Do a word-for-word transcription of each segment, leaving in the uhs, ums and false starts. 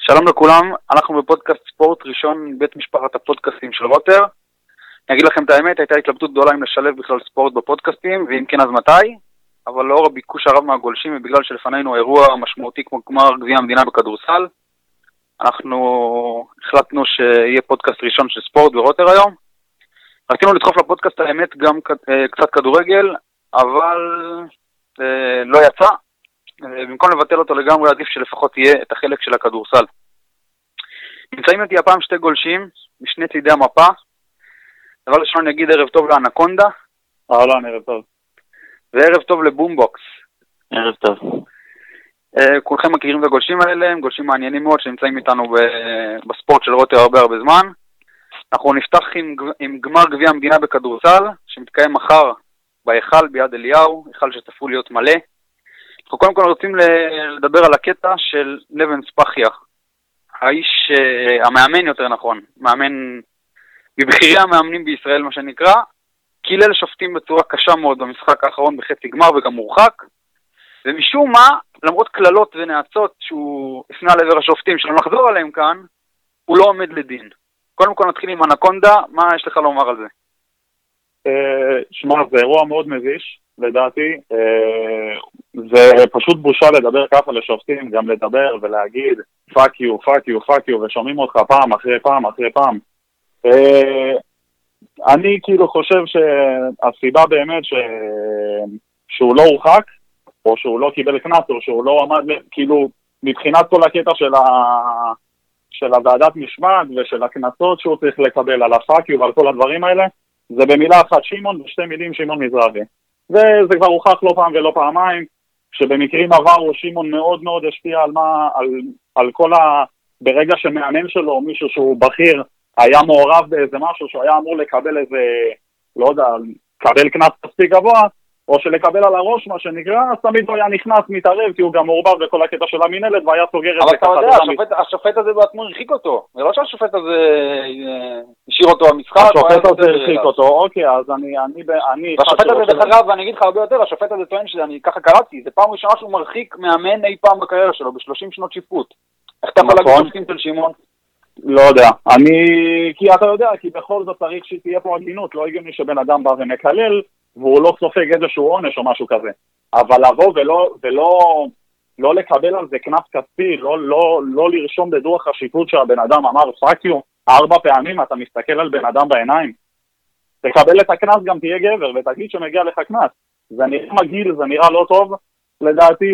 שלום לכולם, אנחנו בפודקאסט ספורט ראשון בית משפחת הפודקאסטים של רוטר. אני אגיד לכם את האמת, הייתה התלבטות גדולה אם לשלב בכלל ספורט בפודקאסטים, ואם כן אז מתי, אבל לאור הביקוש הרב מהגולשים ובגלל שלפנינו אירוע משמעותי כמו גמר גביע המדינה בכדורסל, אנחנו החלטנו שיהיה פודקאסט ראשון של ספורט ברוטר היום. רצינו לדחוף לפודקאסט האמת גם קצת כדורגל, אבל אה, לא יצא. במקום לבטל אותו לגמרי, עדיף שלפחות יהיה את החלק של הכדורסל. נמצאים איתי הפעם שתי גולשים, משני צידי המפה. דבר ראשון אני אגיד ערב טוב לאנקונדה. אהלן, ערב טוב. וערב טוב לבומבוקס. ערב טוב. כולכם מכירים את הגולשים האלה, הם גולשים מעניינים מאוד שנמצאים איתנו בספורט של רוטר הרבה הרבה זמן. אנחנו נפתח עם, עם גמר גביע המדינה בכדורסל, שמתקיים מחר בהיכל ביד אליהו, היכל שצפו להיות מלא. אנחנו קודם כל רוצים לדבר על הקטע של לבן ספחיה, האיש, המאמן יותר נכון, מאמן מבחירי המאמנים בישראל מה שנקרא, קילל שופטים בצורה קשה מאוד במשחק האחרון בחצי גמר וגם מורחק, ומשום מה, למרות כללות ונאצות שהוא הפנה לעבר השופטים שלא נחזור עליהם כאן, הוא לא עומד לדין. קודם כל נתחיל עם אנקונדה, מה יש לך לומר על זה? שמע, זה אירוע מאוד מביש, לדעתי. זה פשוט בושה לדבר ככה לשופטים, גם לדבר ולהגיד פאק יו, פאק יו, פאק יו, ושומעים אותך פעם אחרי פעם אחרי פעם. אני כאילו חושב שהסיבה באמת ש... שהוא לא הורחק, או שהוא לא קיבל קנס, או שהוא לא עמד, כאילו, מבחינת כל הקטע של ה... של הוועדת משמעת ושל הקנסות שהוא צריך לקבל על הפאק יו ועל כל הדברים האלה, זה במילה אחת שימון ושתי מילים שימון מזרחי. וזה כבר הוכח לא פעם ולא פעמיים, שבמקרים עברו שימון מאוד מאוד השפיע על מה, על, על כל ה... ברגע שמאמן שלו, מישהו שהוא בכיר, היה מעורב באיזה משהו שהוא היה אמור לקבל איזה, לא יודע, לקבל קנס מספיק גבוה, או שלקבל על הראש מה שנקרא, אז תמיד לא היה נכנס, מתערב, כי הוא גם מעורבב בכל הקטע של המנהלת, והיה סוגר את זה. אבל אתה יודע, השופט, השופט הזה בעצמו הרחיק אותו. זה לא שהשופט הזה השאיר אותו במשחק. השופט הזה הרחיק אותו, אוקיי, אז אני... אני, אני והשופט הזה דרך אגב, ואני אגיד לך הרבה יותר, השופט הזה טוען שאני ככה קראתי, זה פעם ראשונה שהוא מרחיק מאמן אי פעם בקריירה שלו, ב-שלושים שנות שיפוט. איך אתה יכול להגיד שופטים של שימון? לא יודע, אני... כי אתה יודע, כי בכל זאת צריך שתהיה פה הגינות, לא הגיוני שבן אדם בא ומקלל, והוא לא סופג איזשהו עונש או משהו כזה. אבל לבוא ולא, ולא, לא לקבל על זה קנס כספי, לא, לא, לא לרשום בדוח השיפוט שהבן אדם אמר פאק יו, ארבע פעמים אתה מסתכל על בן אדם בעיניים. תקבל את הקנס גם תהיה גבר, ותגיד שמגיע לך קנס. זה נראה מגעיל, זה נראה לא טוב, לדעתי,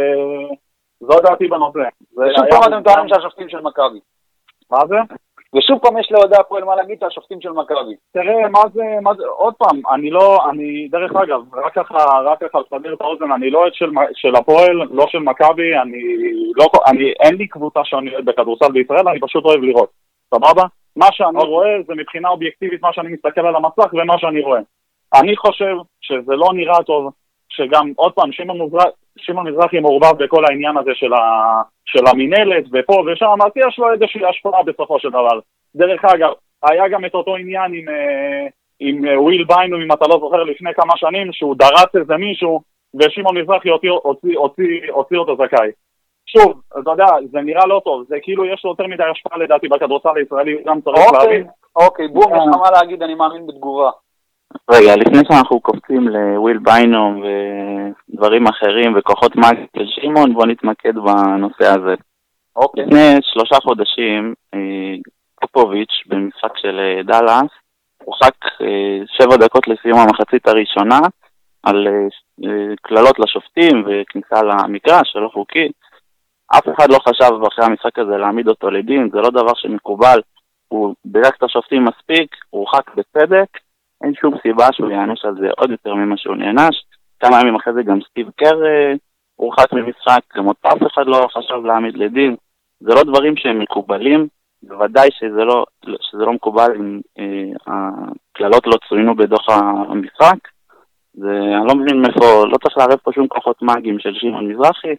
וזו דעתי בנושא. ושוב פעם אתם טוענים שהשופטים של מכבי. מה זה? ושוב פעם יש להודע הפועל מה להגיד שהשופטים של מכבי. תראה, מה זה, מה זה, עוד פעם, אני לא, אני, דרך אגב, רק ככה, רק ככה לסדר את האוזן, אני לא עד של, של הפועל, לא של מכבי, אני לא, אני, אין לי קבוצה שאני אוהד בכדורסל בישראל, אני פשוט אוהב לראות, סבבה? מה שאני okay. רואה זה מבחינה אובייקטיבית מה שאני מסתכל על המסך ומה שאני רואה. אני חושב שזה לא נראה טוב, שגם, עוד פעם, שמעון מזרחי, שמעון מזרחי מעורבב בכל העניין הזה של, ה, של המנהלת ופה ושם, אז יש לו איזושהי השפעה בסופו של דבר. דרך אגב, היה גם את אותו עניין עם, עם וויל ביינו, אם אתה לא זוכר, לפני כמה שנים, שהוא דרץ איזה מישהו, ושמעון מזרחי הוציא, הוציא, הוציא, הוציא אותו זכאי. שוב, אתה יודע, זה נראה לא טוב, זה כאילו יש לו יותר מדי השפעה לדעתי בכדורסל הישראלי, גם צריך אוקיי, להבין. אוקיי, בום, יש לך מה להגיד, אני מאמין בתגובה. רגע, לפני שאנחנו קופצים לוויל ביינום ודברים אחרים וכוחות מאגיה של שימון, בוא נתמקד בנושא הזה. אוקיי. לפני שלושה חודשים, פופוביץ' במשחק של דלאס, הורחק שבע דקות לסיום המחצית הראשונה, על כללות לשופטים וכניסה למגרש שלא חוקי. אף אחד לא חשב אחרי המשחק הזה להעמיד אותו לדין, זה לא דבר שמקובל, הוא בירך את השופטים מספיק, הוא הורחק בצדק, אין שום סיבה שהוא יענש על זה עוד יותר ממה שהוא נענש. כמה ימים אחרי זה גם סטיב קר הורחק ממשחק, גם עוד אף אחד לא חשב להעמיד לדין. זה לא דברים שהם מקובלים, בוודאי שזה לא, שזה לא מקובל אם אה, הכללות לא צוינו בדוח המשחק. זה, אני לא מבין מאיפה, לא צריך לערב פה שום כוחות מאגיים של שמעון מזרחי.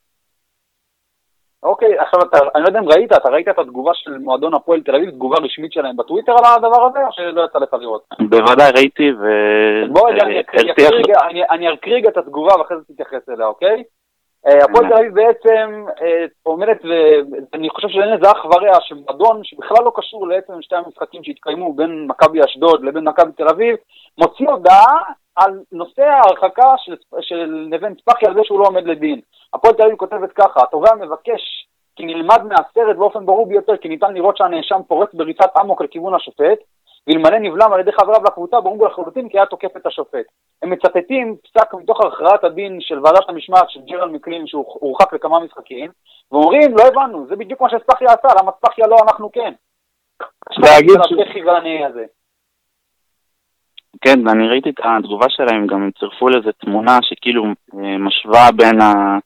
אוקיי, עכשיו אתה, אני לא יודע אם ראית, אתה ראית את התגובה של מועדון הפועל תל אביב, תגובה רשמית שלהם בטוויטר על הדבר הזה, או שלא יצא לך לראות? בוודאי ראיתי ו... בוא, אני אקריג את התגובה ואחרי זה תתייחס אליה, אוקיי? הפועל תל אביב בעצם אומרת, ואני חושב שאין לזה אח ורע, שמועדון שבכלל לא קשור לעצם שתי המשחקים שהתקיימו בין מכבי אשדוד לבין מכבי תל אביב, מוציא הודעה על נושא ההרחקה של, של נבן ספחי על זה שהוא לא עומד לדין. הפועל תל אביב כותבת ככה, התובע מבקש כי נלמד מהסרט באופן ברור ביותר, כי ניתן לראות שהנאשם פורץ בריצת אמוק לכיוון השופט, ואלמלא נבלם על ידי חבריו לקבוצה, ברור לחלוטין כי היה תוקף את השופט. הם מצטטים פסק מתוך הכרעת הדין של ועדת המשמעת של ג'רל מקלין, שהוא הורחק לכמה משחקים, ואומרים, לא הבנו, זה בדיוק מה שספחיה עשה, למה ספחיה לא, אנחנו כן. להגיד ש... כן, אני ראיתי את התגובה שלהם, גם הם צירפו לזה תמונה שכאילו משווה בין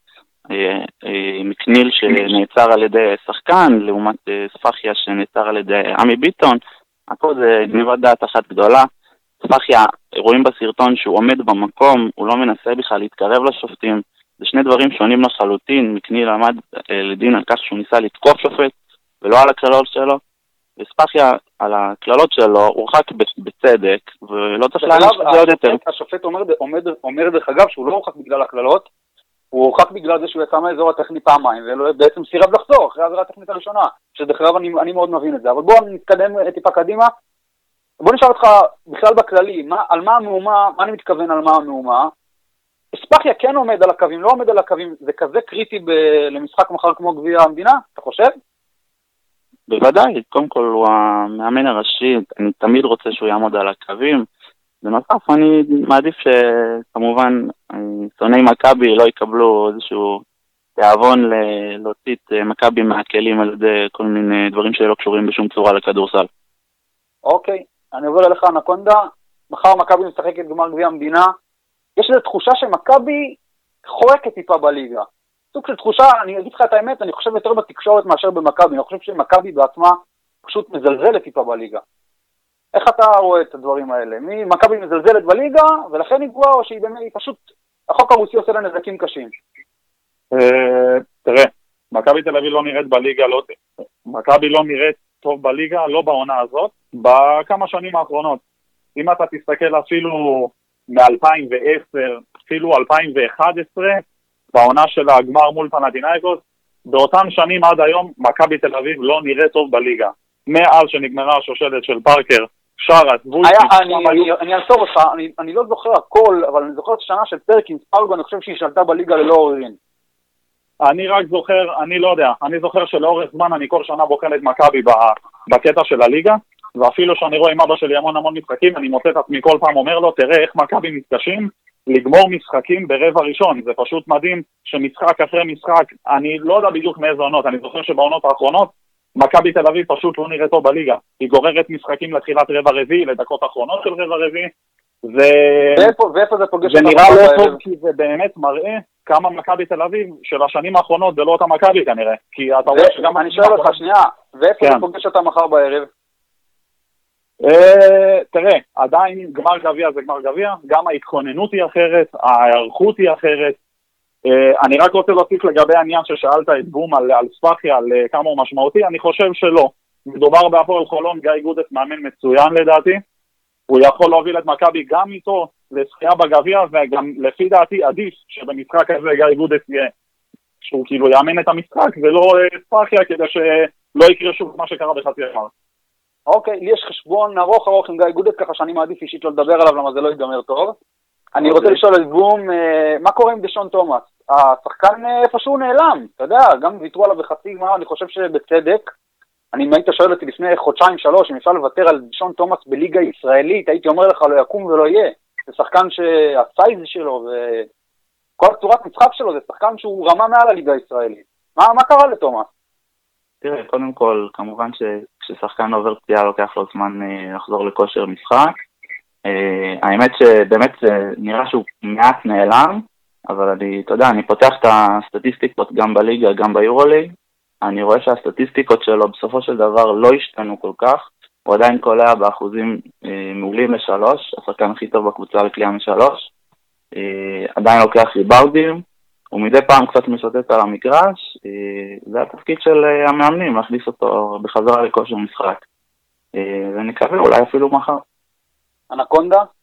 המקניל שנעצר על ידי שחקן, לעומת ספחיה שנעצר על ידי עמי ביטון. הכל זה גניבת דעת אחת גדולה. ספחיה, רואים בסרטון שהוא עומד במקום, הוא לא מנסה בכלל להתקרב לשופטים. זה שני דברים שונים לחלוטין. מקניל עמד לדין על כך שהוא ניסה לתקוף שופט, ולא על הכללות שלו. וספחיה על הכללות שלו הורחק בצדק, ולא צריך להגיד שזה עוד יותר. השופט אומר, אומר, אומר דרך אגב שהוא לא הורחק בגלל הכללות, הוא הורחק בגלל זה שהוא יצא מהאזור הטכני פעמיים, ובעצם סירב לחזור אחרי העבירה הטכנית הראשונה, שדרך אגב אני, אני מאוד מבין את זה. אבל בואו נתקדם טיפה קדימה. בואו נשאל אותך בכלל בכללי, מה, על מה המהומה, מה אני מתכוון על מה המהומה? ספחיה כן עומד על הקווים, לא עומד על הקווים, זה כזה קריטי ב- למשחק מחר כמו גביע המדינה, אתה חושב? בוודאי, קודם כל הוא המאמן הראשי, אני תמיד רוצה שהוא יעמוד על הקווים. בנוסף, אני מעדיף שכמובן שונאי מכבי לא יקבלו איזשהו תיאבון להוציא את מכבי מהכלים על ידי כל מיני דברים שלא קשורים בשום צורה לכדורסל. אוקיי, אני עובר אליך אנקונדה, מחר מכבי משחקת גמר גביע המדינה, יש איזו תחושה שמכבי חורקת טיפה בליגה. סוג של תחושה, אני אגיד לך את האמת, אני חושב יותר בתקשורת מאשר במכבי, אני חושב שמכבי בעצמה פשוט מזלזלת טיפה בליגה. איך אתה רואה את הדברים האלה? מי, מכבי מזלזלת בליגה, ולכן היא גבוהה, או שהיא באמת, פשוט, החוק הרוסי עושה לה נזקים קשים? תראה, מכבי תל אביב לא נראית בליגה, מכבי לא נראית טוב בליגה, לא בעונה הזאת, בכמה שנים האחרונות. אם אתה תסתכל אפילו מ-אלפיים ועשר, אפילו אלפיים ואחת עשרה, בעונה של הגמר מול פנתינייקוס, באותן שנים עד היום, מכבי תל אביב לא נראית טוב בליגה. מאז שנגמרה השושלת של פארקר, שרת, וולפיץ'. אני אעצור אותך, אני לא זוכר הכל, אבל אני זוכר את השנה של פרקינס פארגו, אני חושב שהיא שלטה בליגה ללא עוררין. אני רק זוכר, אני לא יודע, אני זוכר שלאורך זמן אני כל שנה בוחן את מכבי בקטע של הליגה, ואפילו שאני רואה עם אבא שלי המון המון משחקים, אני מוצא את עצמי כל פעם אומר לו, תראה איך מכבי מתקשים לגמור משחקים ברבע ראשון. זה פשוט מדהים שמשחק אחרי משחק, אני לא יודע בדיוק מאיזה עונות, אני זוכר שבעונות האחרונות, מכבי תל אביב פשוט לא נראית טוב בליגה. היא גוררת משחקים לתחילת רבע רביעי, לדקות האחרונות של רבע רביעי, ו... ואיפה, ואיפה זה פוגש זה נראה לא טוב, כי זה באמת מראה כמה מכבי תל אביב של השנים האחרונות זה לא אותה מכבי כנראה. כי אתה רואה שגם... אני שואל אותך שנייה, ואיפה זה פוגש אותה מחר בערב? תראה, עדיין גמר גביע זה גמר גביע, גם ההתכוננות היא אחרת, ההיערכות היא אחרת. אני רק רוצה להוסיף לגבי העניין ששאלת את בום על, על ספחיה, על כמה הוא משמעותי, אני חושב שלא. מדובר בהפועל חולון, גיא גודס מאמן מצוין לדעתי, הוא יכול להוביל את מכבי גם איתו לזכייה בגביע, וגם לפי דעתי עדיף שבמשחק הזה גיא גודס יהיה, שהוא כאילו יאמן את המשחק ולא ספחיה, כדי שלא יקרה שוב מה שקרה בחצי הגמר. אוקיי, לי יש חשבון ארוך ארוך עם גיא גודס, ככה שאני מעדיף אישית לא לדבר עליו, למה זה לא ייגמר טוב. אני רוצה לשאול את בום, מה קורה עם דשון תומאס? השחקן איפשהו נעלם, אתה יודע, גם ויתרו עליו בחצי גמר, אני חושב שבצדק. אני אם היית שואל אותי לפני חודשיים שלוש, אם אפשר לוותר על דשון תומאס בליגה ישראלית, הייתי אומר לך לא יקום ולא יהיה. זה שחקן שהסייז שלו וכל צורת משחק שלו, זה שחקן שהוא רמה מעל הליגה הישראלית. מה, מה קרה לתומאס? תראה, קודם כל, כמובן שכששחקן עובר פציעה לוקח לו זמן לחזור לכושר משחק. האמת שבאמת נראה שהוא מעט נעלם, אבל אני, אתה יודע, אני פותח את הסטטיסטיקות גם בליגה, גם ביורוליג, אני רואה שהסטטיסטיקות שלו בסופו של דבר לא השתנו כל כך, הוא עדיין קולע באחוזים מעולים לשלוש, השחקן הכי טוב בקבוצה לקליעה משלוש, עדיין לוקח ריבאודים, הוא מדי פעם קצת משוטט על המגרש, זה התפקיד של המאמנים, להכניס אותו בחזרה לכושר משחק, ונקווה אולי אפילו מחר. אנקונדה?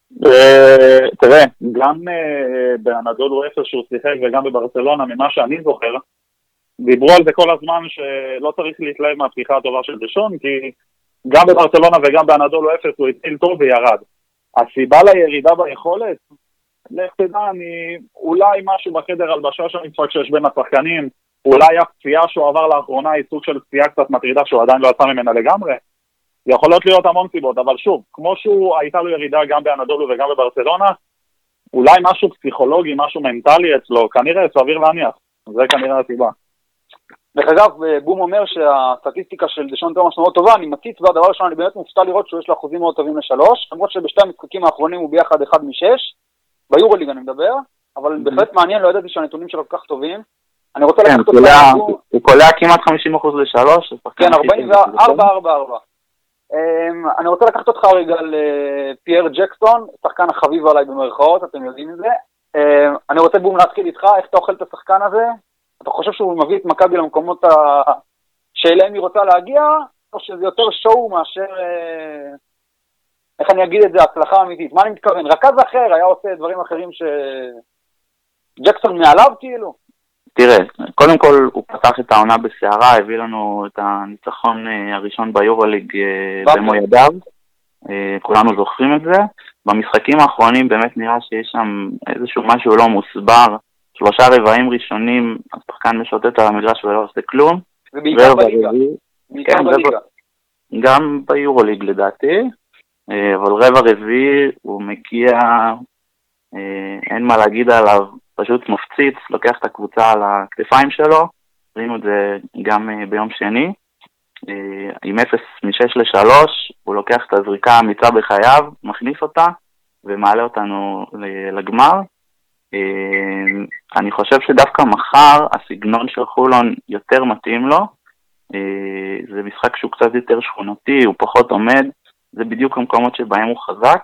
תראה, גם באנדולו אפס שהוא שיחק וגם בברצלונה, ממה שאני זוכר, דיברו על זה כל הזמן שלא צריך להתלהב מהפתיחה הטובה של דשון, כי גם בברצלונה וגם באנדולו אפס הוא התחיל טוב וירד. הסיבה לירידה ביכולת, לך תדע, אני אולי משהו בחדר הלבשה שם מתפקשש בין השחקנים, אולי הפציעה שהוא עבר לאחרונה היא סוג של פציעה קצת מטרידה שהוא עדיין לא יצא ממנה לגמרי. יכולות להיות המון סיבות, אבל שוב, כמו שהוא הייתה לו ירידה גם באנדולו וגם בברצלונה, אולי משהו פסיכולוגי, משהו מנטלי אצלו, כנראה סביר להניח, זה כנראה הסיבה. דרך אגב, בום אומר שהסטטיסטיקה של דשון תומאס מאוד טובה, אני מציץ והדבר ראשון, אני באמת מופתע לראות שהוא יש לו אחוזים מאוד טובים לשלוש, למרות שבשתי המשחקים האחרונים הוא ביחד אחד משש, ביורוליג אני מדבר, אבל בהחלט מעניין, לא ידעתי שהנתונים שלו כל כך טובים. אני רוצה לקחת אותו... הוא קולע כמעט חמישים אחוז לשלוש, כן, ארבעים וארבע ארבע ארבע. אני רוצה לקחת אותך רגע לפייר ג'קסון, שחקן החביב עליי במרכאות, אתם יודעים את זה. אני רוצה בום להתחיל איתך, איך אתה אוכל את השחקן הזה? אתה חושב שהוא מביא את מכבי למקומות שאליהם היא רוצה להגיע, או שזה יותר שואו מאשר, איך אני אגיד את זה, הצלחה אמיתית? מה אני מתכוון? רכז אחר היה עושה דברים אחרים שג'קסון מעליו כאילו? תראה, קודם כל הוא פתח את העונה בסערה, הביא לנו את הניצחון הראשון ביורוליג במו ידיו, כולנו זוכרים את זה. במשחקים האחרונים באמת נראה שיש שם איזשהו משהו לא מוסבר, שלושה רבעים ראשונים, השחקן משוטט על המגרש ולא עושה כלום. ובעיקר בליגה. בעיקר בליגה. גם ביורוליג לדעתי, אבל רבע רביעי הוא מגיע, אין מה להגיד עליו, פשוט מפציץ, לוקח את הקבוצה על הכתפיים שלו, ראינו את זה גם ביום שני, עם אפס משש לשלוש, הוא לוקח את הזריקה האמיצה בחייו, מכניס אותה, ומעלה אותנו לגמר. אני חושב שדווקא מחר הסגנון של חולון יותר מתאים לו, זה משחק שהוא קצת יותר שכונתי, הוא פחות עומד, זה בדיוק המקומות שבהם הוא חזק,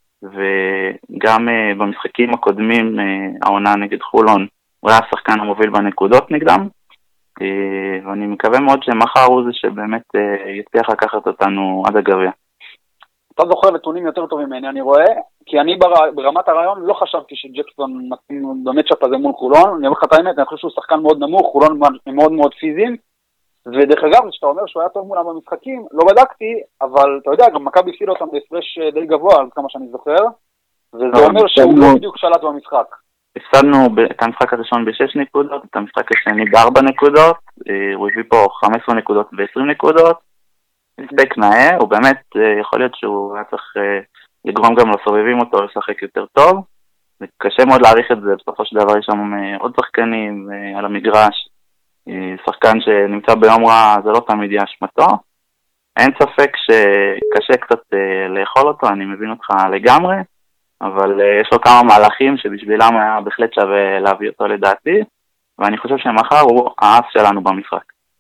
וגם uh, במשחקים הקודמים, uh, העונה נגד חולון, הוא היה השחקן המוביל בנקודות נגדם, uh, ואני מקווה מאוד שמחר הוא זה שבאמת uh, יצליח לקחת אותנו עד הגביע. אתה זוכר נתונים יותר טובים ממני, אני רואה, כי אני בר... ברמת הרעיון לא חשבתי שג'קסון מתאים במצ'אפ הזה מול חולון, אני אומר לך את האמת, אני חושב שהוא שחקן מאוד נמוך, חולון מאוד מאוד פיזיים, ודרך אגב, שאתה אומר שהוא היה טוב מולם במשחקים, לא בדקתי, אבל אתה יודע, גם מכבי הפסיד אותם בהפרש די גבוה, על כמה שאני זוכר, וזה אומר שהוא לא בדיוק שלט במשחק. הפסדנו את המשחק הראשון בשש נקודות, את המשחק השני בארבע נקודות, הוא הביא פה חמש עשרה נקודות ועשרים נקודות, מספק נאה, הוא באמת יכול להיות שהוא היה צריך לגרום גם לסובבים אותו, לשחק יותר טוב, קשה מאוד להעריך את זה, בסופו של דבר יש שם עוד שחקנים על המגרש, שחקן שנמצא ביום רע זה לא תמיד יהיה אשמתו, אין ספק שקשה קצת לאכול אותו, אני מבין אותך לגמרי, אבל יש לו כמה מהלכים שבשבילם היה בהחלט שווה להביא אותו לדעתי, ואני חושב שמחר הוא האס שלנו במשחק.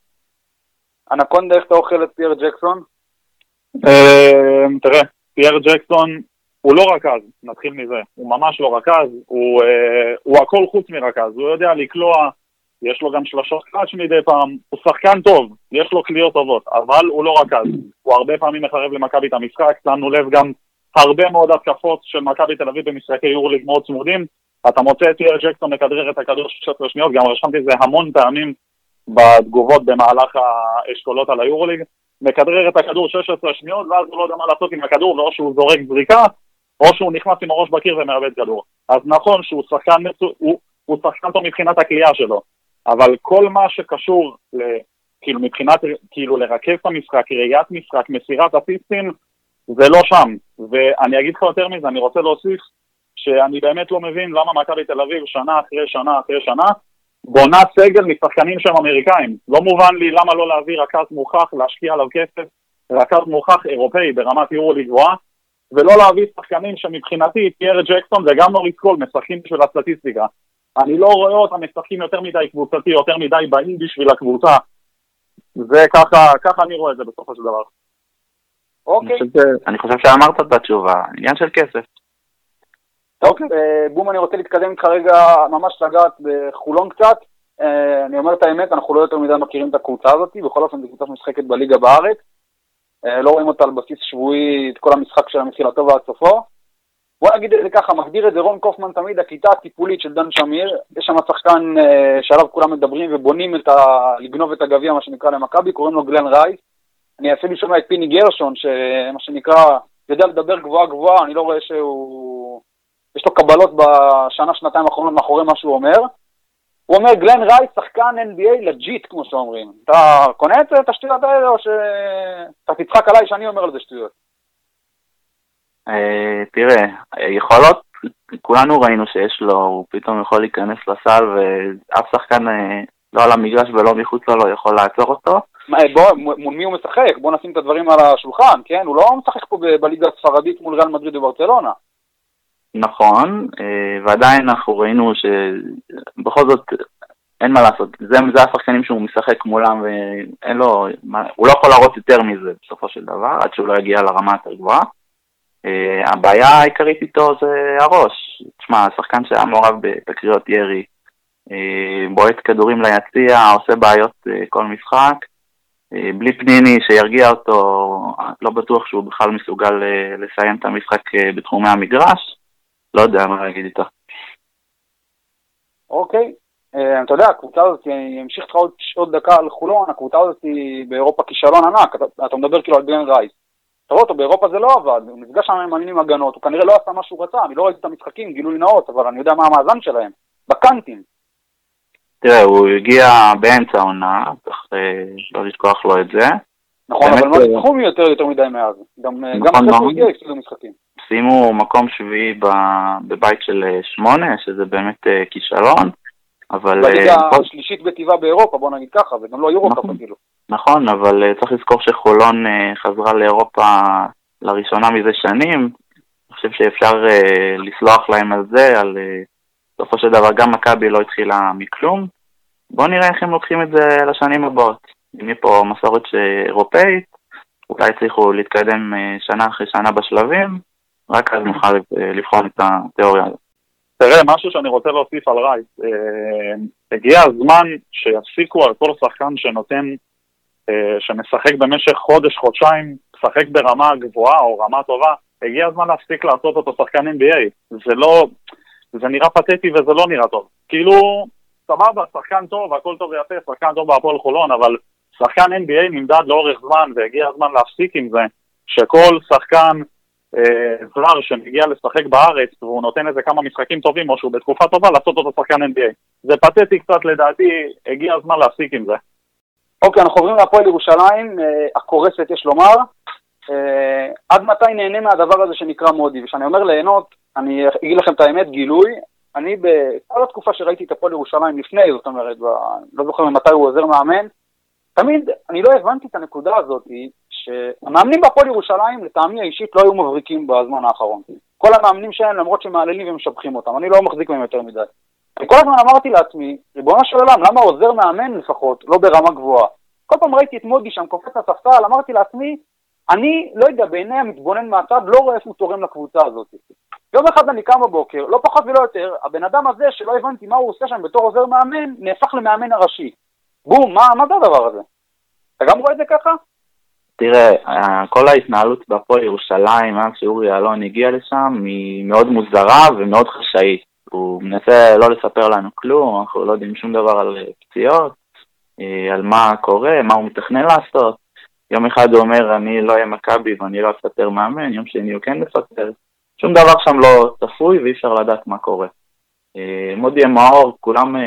אנקונדה, איך אתה אוכל את פייר ג'קסון? תראה, פייר ג'קסון הוא לא רכז, נתחיל מזה, הוא ממש לא רכז, הוא הכל חוץ מרכז, הוא יודע לקלוע, יש לו גם שלושות קלאץ' מדי פעם, הוא שחקן טוב, יש לו קליות טובות, אבל הוא לא רכז, הוא הרבה פעמים מחרב למכבי את המשחק, שמנו לב גם הרבה מאוד התקפות של מכבי תל אביב במשחקי יורוליג מאוד צמודים, אתה מוצא את פייר ג'קסון מכדרר את הכדור שש עשרה שניות, גם רשמתי זה המון פעמים בתגובות במהלך האשכולות על היורוליג, מכדרר את הכדור שש עשרה שניות, ואז הוא לא יודע מה לעשות עם הכדור, או שהוא זורק זריקה, או שהוא נכנס עם הראש בקיר ומאבד כדור. אז נכון שהוא שחקן, הוא, הוא שחקן טוב מבחינת הקליעה שלו, אבל כל מה שקשור ל, כאילו מבחינת, כאילו לרכז את המשחק, ראיית משחק, מסירת אסיסטים, זה לא שם. ואני אגיד לך יותר מזה, אני רוצה להוסיף שאני באמת לא מבין למה מכבי תל אביב שנה אחרי שנה אחרי שנה בונה סגל משחקנים שהם אמריקאים. לא מובן לי למה לא להביא רכז מוכח, להשקיע עליו כסף, רכז מוכח אירופאי ברמת יורוליג גבוהה, ולא להביא שחקנים שמבחינתי פייר ג'קסון וגם נוריס קול משחקים בשביל הסטטיסטיקה. אני לא רואה אותם משחקים יותר מדי קבוצתי, יותר מדי באים בשביל הקבוצה. זה ככה, ככה אני רואה את זה בסופו של דבר. אוקיי. אני חושב שאמרת את התשובה, עניין של כסף. אוקיי, בום, אני רוצה להתקדם איתך רגע, ממש לגעת בחולון קצת. אני אומר את האמת, אנחנו לא יותר מדי מכירים את הקבוצה הזאת, בכל אופן זו קבוצה שמשחקת בליגה בארץ. לא רואים אותה על בסיס שבועי את כל המשחק שלה מתחילתו ועד סופו. בוא נגיד את זה ככה, מגדיר את זה רון קופמן תמיד, הכיתה הטיפולית של דן שמיר, יש שם שחקן אה, שעליו כולם מדברים ובונים את ה... לגנוב את הגביע, מה שנקרא למכבי, קוראים לו גלן רייס. אני אפילו שומע את פיני גרשון, שמה שנקרא, יודע לדבר גבוהה גבוהה, אני לא רואה שהוא... יש לו קבלות בשנה, שנתיים האחרונות מאחורי מה שהוא אומר. הוא אומר, גלן רייס, שחקן אן בי איי לג'יט, כמו שאומרים. אתה קונה את השטויות האלה, או שאתה תצחק עליי שאני אומר על זה שטויות? תראה, יכולות, כולנו ראינו שיש לו, הוא פתאום יכול להיכנס לסל, ואף שחקן לא על המגרש ולא מחוץ לו לא יכול לעצור אותו. בוא, מול מי הוא משחק? בוא נשים את הדברים על השולחן, כן? הוא לא משחק פה בליגה הספרדית מול ריאל מדריד וברצלונה. נכון, ועדיין אנחנו ראינו שבכל זאת אין מה לעשות, זה, זה השחקנים שהוא משחק מולם ואין לו, הוא לא יכול להראות יותר מזה בסופו של דבר, עד שהוא לא יגיע לרמה יותר גבוהה. הבעיה העיקרית איתו זה הראש. תשמע, השחקן שהיה מעורב בתקריות ירי, בועט כדורים ליציע, עושה בעיות כל משחק, בלי פניני שירגיע אותו, לא בטוח שהוא בכלל מסוגל לסיים את המשחק בתחומי המגרש, לא יודע מה להגיד איתו. אוקיי, אתה יודע, הקבוצה הזאת, אני אמשיך לך עוד, עוד דקה על חולון, הקבוצה הזאת היא באירופה כישלון ענק, אתה, אתה מדבר כאילו על גלן רייס. אתה רואה אותו, באירופה זה לא עבד, הוא נפגש שם עם מאמינים הגנות, הוא כנראה לא עשה מה שהוא רצה, אני לא ראיתי את המשחקים, גילוי נאות, אבל אני יודע מה המאזן שלהם, בקנטים. תראה, הוא הגיע באמצע העונה, צריך לא לשכוח לו את זה. נכון, אבל לא ניצחו יותר יותר מדי מאז, גם אחרי שהוא הגיע הפסידו משחקים. שימו מקום שביעי בבית של שמונה, שזה באמת כישלון, אבל... בליגה השלישית בטבעה באירופה, בוא נגיד ככה, וגם לא יורוקאפ אפילו. נכון, אבל צריך לזכור שחולון חזרה לאירופה לראשונה מזה שנים. אני חושב שאפשר לסלוח להם על זה, על בסופו של דבר גם מכבי לא התחילה מכלום. בואו נראה איך הם לוקחים את זה לשנים הבאות. אם יהיה פה מסורת אירופאית, אולי צריכו להתקדם שנה אחרי שנה בשלבים, רק אז נוכל לבחון את התיאוריה הזאת. תראה, משהו שאני רוצה להוסיף על רייס, הגיע הזמן שיפסיקו על כל שחקן שנותן, שמשחק במשך חודש, חודשיים, משחק ברמה גבוהה או רמה טובה, הגיע הזמן להפסיק לעשות אותו שחקן אן בי איי. זה לא, זה נראה פתטי וזה לא נראה טוב. כאילו, סבבה, שחקן טוב, הכל טוב ויפה, שחקן טוב בהפועל חולון, אבל שחקן אן בי איי נמדד לאורך זמן, והגיע הזמן להפסיק עם זה, שכל שחקן זר שמגיע לשחק בארץ והוא נותן איזה כמה משחקים טובים או שהוא בתקופה טובה לעשות אותו שחקן אן בי איי. זה פתטי קצת לדעתי, הגיע הזמן להפסיק עם זה. אוקיי, אנחנו עוברים להפועל ירושלים, הקורסת יש לומר. עד מתי נהנה מהדבר הזה שנקרא מודי? ושאני אומר ליהנות, אני אגיד לכם את האמת, גילוי, אני בכל התקופה שראיתי את הפועל ירושלים לפני, זאת אומרת, לא זוכר ממתי הוא עוזר מאמן, תמיד אני לא הבנתי את הנקודה הזאת, שהמאמנים בהפועל ירושלים, לטעמי האישית, לא היו מבריקים בזמן האחרון. כל המאמנים שלהם, למרות שמעללים ומשבחים אותם, אני לא מחזיק מהם יותר מדי. וכל הזמן אמרתי לעצמי, ריבונו של עולם, למה עוזר מאמן לפחות, לא ברמה גבוהה? כל פעם ראיתי את מודי שם קופץ לספסל, אמרתי לעצמי, אני לא יודע, בעיני המתבונן מהצד, לא רואה איפה הוא תורם לקבוצה הזאת. יום אחד אני קם בבוקר, לא פחות ולא יותר, הבן אדם הזה שלא הבנתי מה הוא עושה שם בתור עוזר מאמן, נהפך למאמן הראשי. בום, מה, מה זה הדבר הזה? אתה גם רואה את זה ככה? תראה, כל ההתנהלות בהפועל ירושלים, אז שאורי אלון הגיע לשם, היא מאוד מוזרה ומאוד חשאית. הוא מנסה לא לספר לנו כלום, אנחנו לא יודעים שום דבר על פציעות, על מה קורה, מה הוא מתכנן לעשות. יום אחד הוא אומר, אני לא אהיה מכבי ואני לא אפטר מאמן, יום שני הוא כן לפטר. שום דבר שם לא צפוי ואי אפשר לדעת מה קורה. מודי מאור, כולם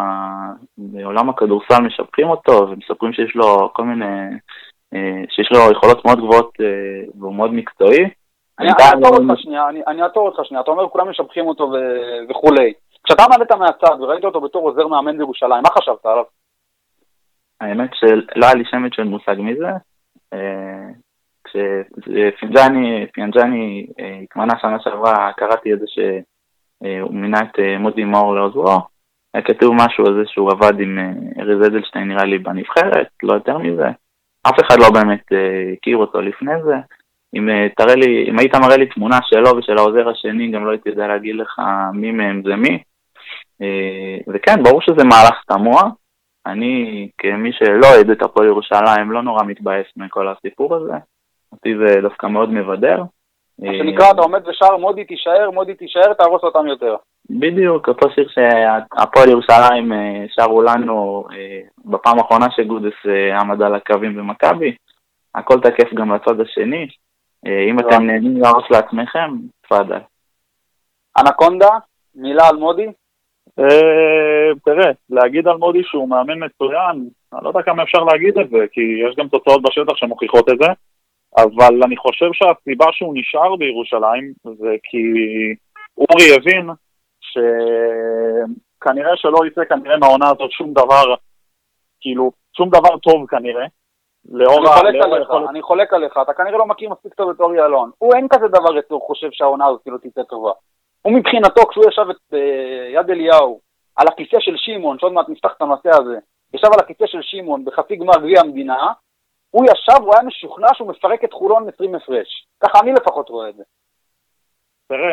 בעולם הכדורסל משבחים אותו ומספרים שיש לו כל מיני, שיש לו יכולות מאוד גבוהות והוא מאוד מקצועי. אני אעתור אותך שנייה, אני אעתור אותך שנייה, אתה אומר כולם משבחים אותו וכולי. כשאתה עמדת מהצד וראית אותו בתור עוזר מאמן בירושלים, מה חשבת עליו? האמת שלא היה לי שמץ של מושג מזה. כשפיאנג'אני התמנה שנה שעברה, קראתי את זה שהוא מינה את מודי מאור לעוזרו, היה כתוב משהו על זה שהוא עבד עם ארז אדלשטיין נראה לי בנבחרת, לא יותר מזה. אף אחד לא באמת הכיר אותו לפני זה. אם, לי, אם היית מראה לי תמונה שלו ושל העוזר השני, גם לא הייתי יודע להגיד לך מי מהם זה מי. וכן, ברור שזה מהלך תמוה. אני, כמי שלא עד את הפועל ירושלים, לא נורא מתבאס מכל הסיפור הזה. אותי זה דווקא מאוד מבדר. שנקרא, אתה עומד ושאר, מודי תישאר, מודי תישאר, תהרוס אותם יותר. בדיוק, אותו שיר שהפועל ירושלים שרו לנו בפעם האחרונה שגודס עמד על הקווים במכבי, הכל תקף גם לצד השני. אם אתם נהנים להרוס לעצמכם, תפאדל. אנקונדה, מילה על מודי? תראה, להגיד על מודי שהוא מאמן מצוין, אני לא יודע כמה אפשר להגיד את זה, כי יש גם תוצאות בשטח שמוכיחות את זה, אבל אני חושב שהסיבה שהוא נשאר בירושלים זה כי אורי הבין שכנראה שלא יצא כנראה מהעונה הזאת שום דבר, כאילו שום דבר טוב כנראה. אני חולק עליך, אני חולק עליך, אתה כנראה לא מכיר מספיק טוב את אורי אלון. הוא אין כזה דבר אצלו, הוא חושב שהעונה הזאת לא תצא טובה. הוא מבחינתו, כשהוא ישב את יד אליהו על הכיסא של שימון, שעוד מעט נפתח את הנושא הזה, ישב על הכיסא של שימון בחצי גמר גביע המדינה, הוא ישב, הוא היה משוכנע שהוא מפרק את חולון עשרים הפרש. ככה אני לפחות רואה את זה. תראה,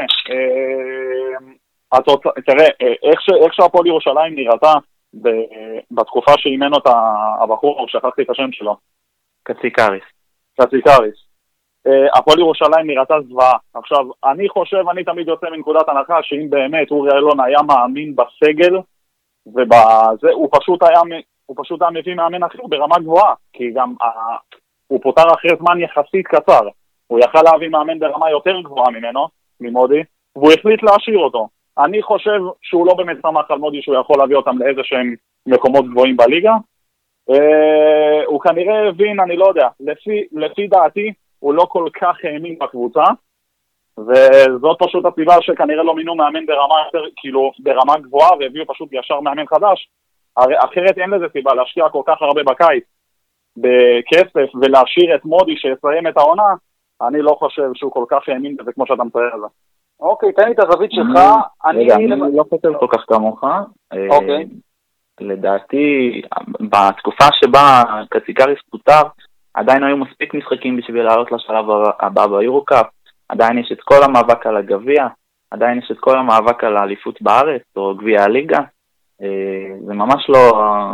תראה, איך שהפועל ירושלים נראתה בתקופה שאימן אותה הבחור, שכחתי את השם שלו. קציקריס. קציקריס. הפועל ירושלים נראתה זוועה. עכשיו, אני חושב, אני תמיד יוצא מנקודת הנחה שאם באמת אורי אלון היה מאמין בסגל, ובזה, הוא פשוט היה, הוא פשוט היה מביא מאמן אחר ברמה גבוהה, כי גם הוא פותר אחרי זמן יחסית קצר. הוא יכל להביא מאמן ברמה יותר גבוהה ממנו, ממודי, והוא החליט להשאיר אותו. אני חושב שהוא לא באמת שמח על מודי שהוא יכול להביא אותם לאיזה שהם מקומות גבוהים בליגה. הוא כנראה הבין, אני לא יודע, לפי, לפי דעתי, הוא לא כל כך האמין בקבוצה, וזאת פשוט הסיבה שכנראה לא מינו מאמן ברמה יותר, כאילו, ברמה גבוהה, והביאו פשוט ישר מאמן חדש. אחרת אין לזה סיבה להשקיע כל כך הרבה בקיץ, בכסף, ולהשאיר את מודי שיסיים את העונה, אני לא חושב שהוא כל כך האמין בזה כמו שאתה מצייר על זה. אוקיי, תן לי את הזווית שלך. אני לא חושב כל כך כמוך. אוקיי. לדעתי, בתקופה שבה קציקריס פוטר, עדיין היו מספיק משחקים בשביל לעלות לשלב הבא ביורוקאפ, עדיין יש את כל המאבק על הגביע, עדיין יש את כל המאבק על האליפות בארץ, או גביע הליגה, זה ממש לא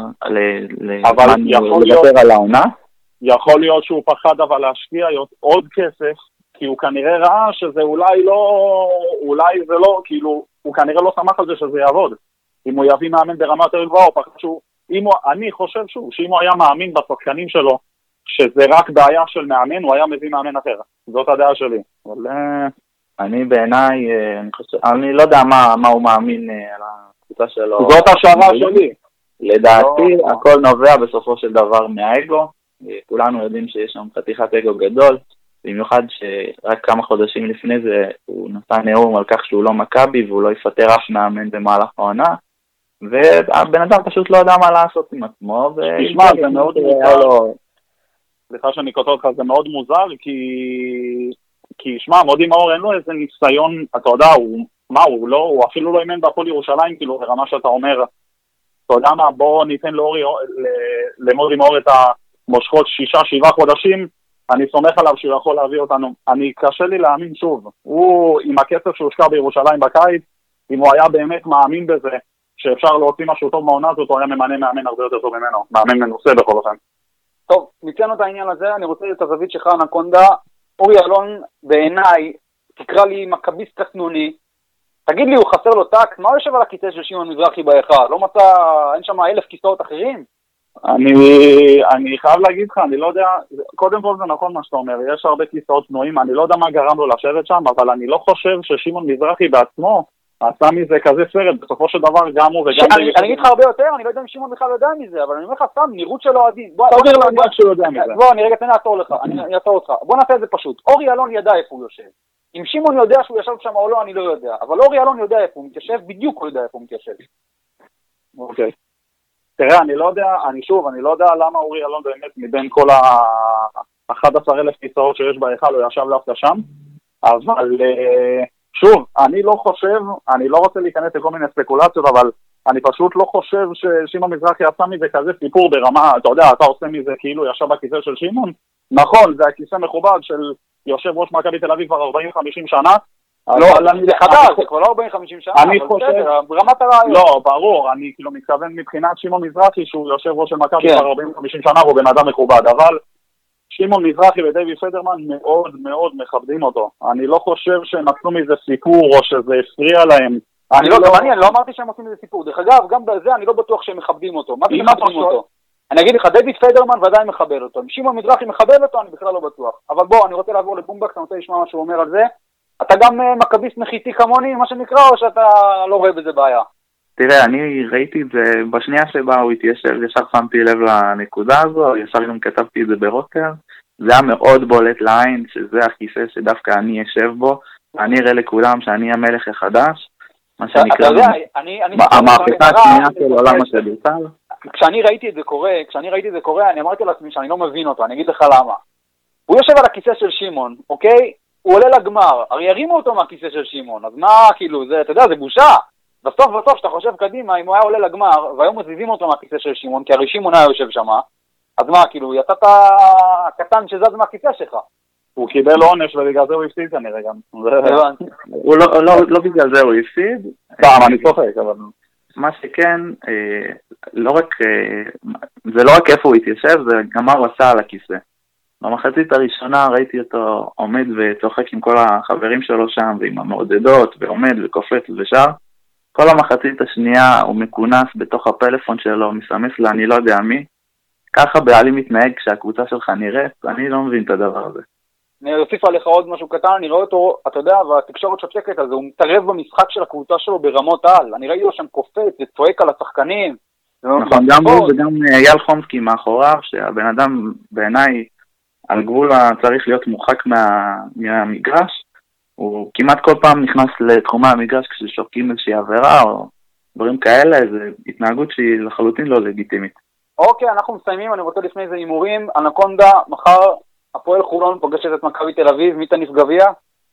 לדבר על העונה. יכול להיות שהוא פחד אבל להשקיע עוד כסף, כי הוא כנראה ראה שזה אולי לא, אולי זה לא, כאילו, הוא כנראה לא שמח על זה שזה יעבוד. אם הוא יביא מאמן ברמה יותר גבוהה, הוא פחד שהוא, אם הוא, אני חושב שוב, שאם הוא היה מאמין בשחקנים שלו, שזה רק בעיה של מאמן, הוא היה מביא מאמן אחר. זאת הדעה שלי. אבל אני בעיניי, אני חושב, אני לא יודע מה, מה הוא מאמין על הקבוצה שלו. זאת השערה שלי. לדעתי, הכל נובע בסופו של דבר מהאגו. כולנו יודעים שיש שם חתיכת אגו גדול, במיוחד שרק כמה חודשים לפני זה הוא נתן נאום על כך שהוא לא מכבי והוא לא יפטר אף מאמן במהלך העונה, והבן אדם פשוט לא יודע מה לעשות עם עצמו. תשמע, זה מאוד מוזר. סליחה שאני קוטע אותך, זה מאוד מוזר, כי כי שמע, מודי מאור אין לו איזה ניסיון, אתה יודע, הוא מה, הוא לא, הוא אפילו לא אימן בהפועל ירושלים, כאילו ברמה שאתה אומר, אתה יודע מה, בוא ניתן לאורי, למודי מאור את המושכות שישה, שבעה חודשים, אני סומך עליו שהוא יכול להביא אותנו. אני קשה לי להאמין שוב. הוא, עם הכסף שהושקע בירושלים בקיץ, אם הוא היה באמת מאמין בזה, שאפשר להוציא משהו טוב מהעונה הזאת, הוא היה ממנה מאמן הרבה יותר טוב ממנו. מאמן מנוסה בכל אופן. טוב, מצאנו את העניין הזה, אני רוצה את הזווית שלך, אנקונדה. אורי אלון, בעיניי, תקרא לי מכביסט קטנוני. תגיד לי, הוא חסר לו טאק? מה הוא יושב על הכיסא של שמעון מזרחי בהיכל? לא מצא, אין שם אלף כיסאות אחרים? אני, אני חייב להגיד לך, אני לא יודע, קודם כל זה נכון מה שאתה אומר, יש הרבה כיסאות פנויים, אני לא יודע מה גרם לו לשבת שם, אבל אני לא חושב ששמעון מזרחי בעצמו עשה מזה כזה סרט, בסופו של דבר גם הוא וגם... אני אגיד לך הרבה יותר, אני לא יודע אם שמעון בכלל יודע מזה, אבל אני אומר לך סתם, נראות שלו עדין. בוא, אני רגע תן לעצור לך, אני אעצור אותך. בוא נעשה את זה פשוט. אורי אלון ידע איפה הוא יושב. אם שמעון יודע שהוא ישב שם או לא, אני לא יודע. אבל אורי אלון יודע איפה הוא מתיישב, בדיוק הוא יודע איפה הוא מתיישב. אוקיי. תראה, אני לא יודע, אני שוב, אני לא יודע למה אורי אלון באמת מבין כל ה-אחד עשר אלף כיסאות שיש בהיכל, הוא ישב דווקא שם, אבל שוב, אני לא חושב, אני לא רוצה להיכנס לכל מיני ספקולציות, אבל אני פשוט לא חושב ששמעון מזרחי עשה מזה כזה סיפור ברמה, אתה יודע, אתה עושה מזה כאילו ישב בכיסא של שמעון, נכון, זה הכיסא מכובד של יושב ראש מכבי תל אביב כבר ארבעים חמישים שנה, לא, זה חדש, זה כבר לא ארבעים חמישים שנה, אני חושב, ברמת הרעיון. לא, ברור, אני כאילו מתכוון מבחינת שמעון מזרחי, שהוא יושב ראש של מכבי כבר ארבעים חמישים שנה, והוא בן אדם מכובד, אבל שמעון מזרחי ודייוויד פדרמן מאוד מאוד מכבדים אותו. אני לא חושב שנתנו מזה סיפור או שזה הפריע להם. אני לא, גם אני, אני לא אמרתי שהם עושים מזה סיפור. דרך אגב, גם בזה אני לא בטוח שהם מכבדים אותו. מה זה מכבדים אותו? אני אגיד לך, דייוויד פדרמן ודאי מכבד אותו. אם שמעון מזרחי מכבד אותו, אני בכלל לא בטוח. אבל בוא, אני רוצה לעבור לבומבקס, אני רוצה לשמוע מה שהוא אומר על זה. אתה גם מכביסט נחיתי כמוני, מה שנקרא, או שאתה לא רואה בזה בעיה? תראה, אני ראיתי את זה בשנייה שבה הוא התיישב, ישר שמתי לב לנקודה הזו, ישר גם כתבתי את זה ברוקר. זה היה מאוד בולט לעין, שזה הכיסא שדווקא אני אשב בו, ואני אראה לכולם שאני המלך החדש, מה שנקרא המהפכה השנייה של עולם הכדורסל. כשאני ראיתי את זה קורה, כשאני ראיתי את זה קורה, אני אמרתי לעצמי שאני לא מבין אותו, אני אגיד לך למה. הוא יושב על הכיסא של שמעון, אוקיי? הוא עולה לגמר, הרי ירימו אותו מהכיסא של שמעון, אז מה, כאילו, זה, אתה יודע, זה בושה. בסוף בסוף, שאתה חושב קדימה, אם הוא היה עולה לגמר, והיום מזיזים אותו מהכיסא של שמעון, כי הרי שמעון היה יושב שמה, אז מה, כאילו, יצאת הקטן שזז מהכיסא שלך. הוא קיבל עונש ובגלל זה הוא הפסיד כנראה גם. הוא לא בגלל זה הוא הפסיד. סתם, אני צוחק, אבל... מה שכן, לא רק, זה לא רק איפה הוא התיישב, זה גם מה הוא עשה על הכיסא. במחצית הראשונה ראיתי אותו עומד וצוחק עם כל החברים שלו שם, ועם המעודדות, ועומד וקופץ ושר. כל המחצית השנייה הוא מכונס בתוך הפלאפון שלו, מסמס לה, אני לא יודע מי. ככה בעלי מתנהג כשהקבוצה שלך נראית, אני לא מבין את הדבר הזה. אני אוסיף עליך עוד משהו קטן, אני רואה אותו, אתה יודע, והתקשורת שותקת, אז הוא מתערב במשחק של הקבוצה שלו ברמות על. אני ראיתי לו שם קופץ וצועק על השחקנים. נכון, גם הוא וגם אייל חומסקי מאחוריו, שהבן אדם בעיניי על גבול צריך להיות מורחק מה, מהמגרש. הוא כמעט כל פעם נכנס לתחומי המגרש כששורקים איזושהי עבירה או דברים כאלה, זו התנהגות שהיא לחלוטין לא לגיטימית. אוקיי, אנחנו מסיימים, אני רוצה לפני זה הימורים. אנקונדה, מחר הפועל חולון פוגשת את מכבי תל אביב, מי תניף גביע?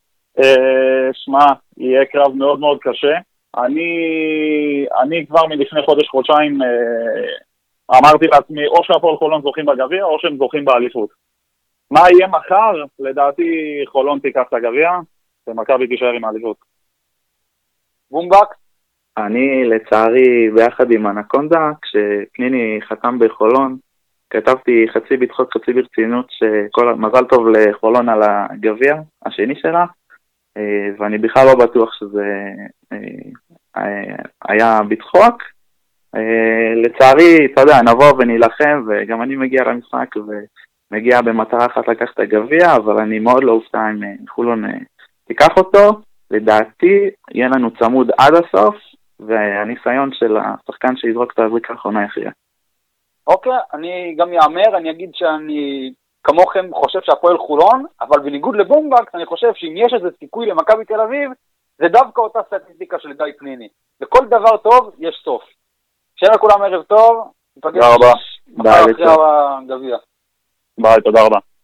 שמע, יהיה קרב מאוד מאוד קשה. אני, אני כבר מלפני חודש-חודשיים אמרתי לעצמי, או שהפועל חולון זוכים בגביע, או שהם זוכים באליפות. מה יהיה מחר? לדעתי חולון תיקח את הגביע, ומכבי תישאר עם האליפות. בומבק? אני לצערי ביחד עם אנקונדה, כשפניני חתם בחולון, כתבתי חצי בדחות, חצי ברצינות, שכל מזל טוב לחולון על הגביע השני שלה, ואני בכלל לא בטוח שזה היה בדחוק. לצערי, אתה יודע, נבוא ונילחם, וגם אני מגיע למשחק ומגיע במטרה אחת לקחת את הגביע, אבל אני מאוד לא אופתע אם חולון תיקח אותו. לדעתי, יהיה לנו צמוד עד הסוף, והניסיון של השחקן שיזרוק את הזריקה האחרונה יכריע. אוקיי, אני גם יאמר, אני אגיד שאני כמוכם חושב שהפועל חולון, אבל בניגוד לבומבקס, אני חושב שאם יש איזה סיכוי למכבי תל אביב, זה דווקא אותה סטטיסטיקה של גיא פניני. לכל דבר טוב יש סוף. שיהיה לכולם ערב טוב, תודה רבה. מחר אחרי הגביע. ביי, תודה רבה.